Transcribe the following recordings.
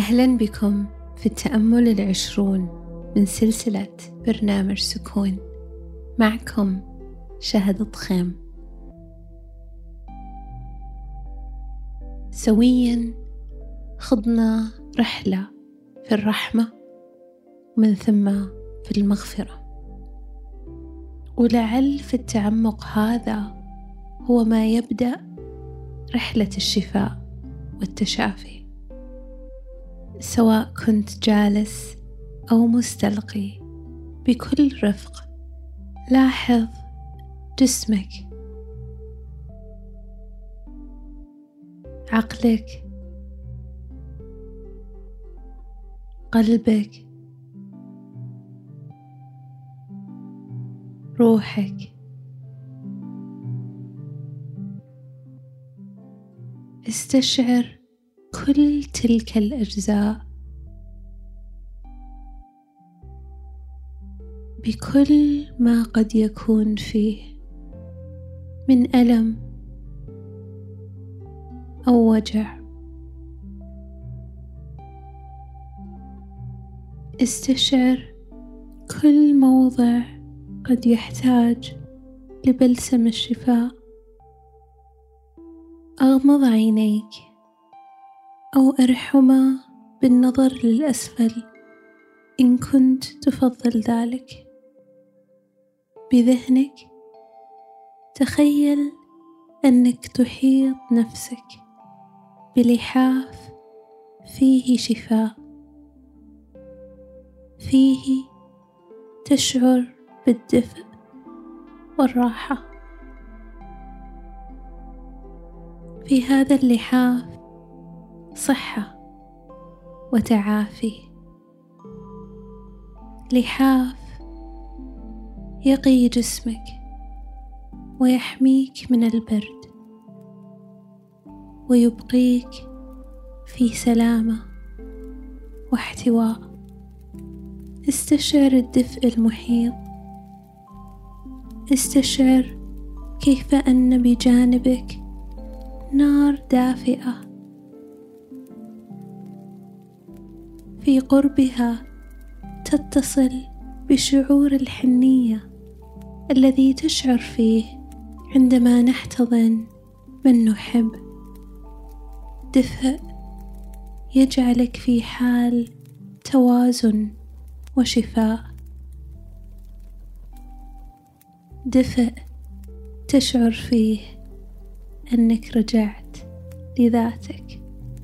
أهلا بكم في التأمل 20 من سلسلة برنامج سكون. معكم شهد طخيم. سويا خضنا رحلة في الرحمة ومن ثم في المغفرة، ولعل في التعمق هذا هو ما يبدأ رحلة الشفاء والتشافي. سواء كنت جالس أو مستلقي، بكل رفق لاحظ جسمك، عقلك، قلبك، روحك. استشعر كل تلك الأجزاء بكل ما قد يكون فيه من ألم أو وجع. استشعر كل موضع قد يحتاج لبلسم الشفاء. أغمض عينيك أو ارحما بالنظر للأسفل إن كنت تفضل ذلك. بذهنك تخيل أنك تحيط نفسك بلحاف فيه شفاء، فيه تشعر بالدفء والراحة. في هذا اللحاف صحة وتعافي، لحاف يقي جسمك ويحميك من البرد ويبقيك في سلامة واحتواء. استشعر الدفء المحيط، استشعر كيف أن بجانبك نار دافئة، في قربها تتصل بشعور الحنية الذي تشعر فيه عندما نحتضن من نحب. دفء يجعلك في حال توازن وشفاء، دفء تشعر فيه أنك رجعت لذاتك.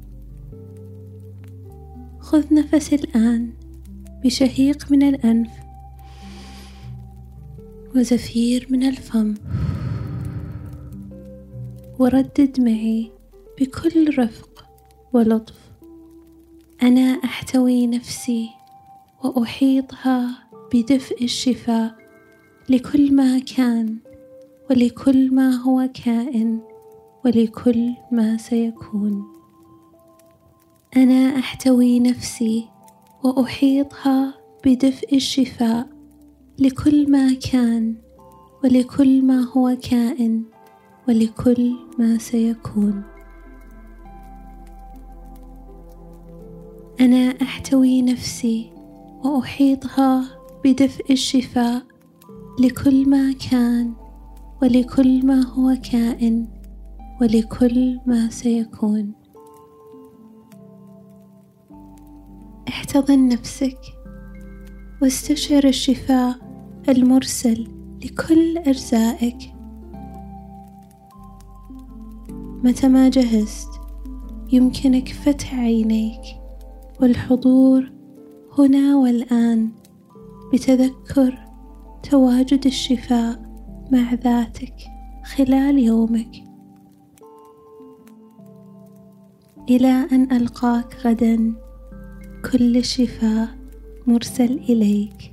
خذ نفس الآن بشهيق من الأنف وزفير من الفم، وردد معي بكل رفق ولطف: أنا أحتوي نفسي وأحيطها بدفء الشفاء لكل ما كان ولكل ما هو كائن ولكل ما سيكون. أنا أحتوي نفسي وأحيطها بدفء الشفاء لكل ما كان ولكل ما هو كائن ولكل ما سيكون. أنا أحتوي نفسي وأحيطها بدفء الشفاء لكل ما كان ولكل ما هو كائن ولكل ما سيكون. احتضن نفسك واستشعر الشفاء المرسل لكل أجزائك. متى ما جهزت يمكنك فتح عينيك والحضور هنا والآن بتذكر تواجد الشفاء مع ذاتك خلال يومك. إلى أن ألقاك غدا، كل الشفاء مرسل إليك.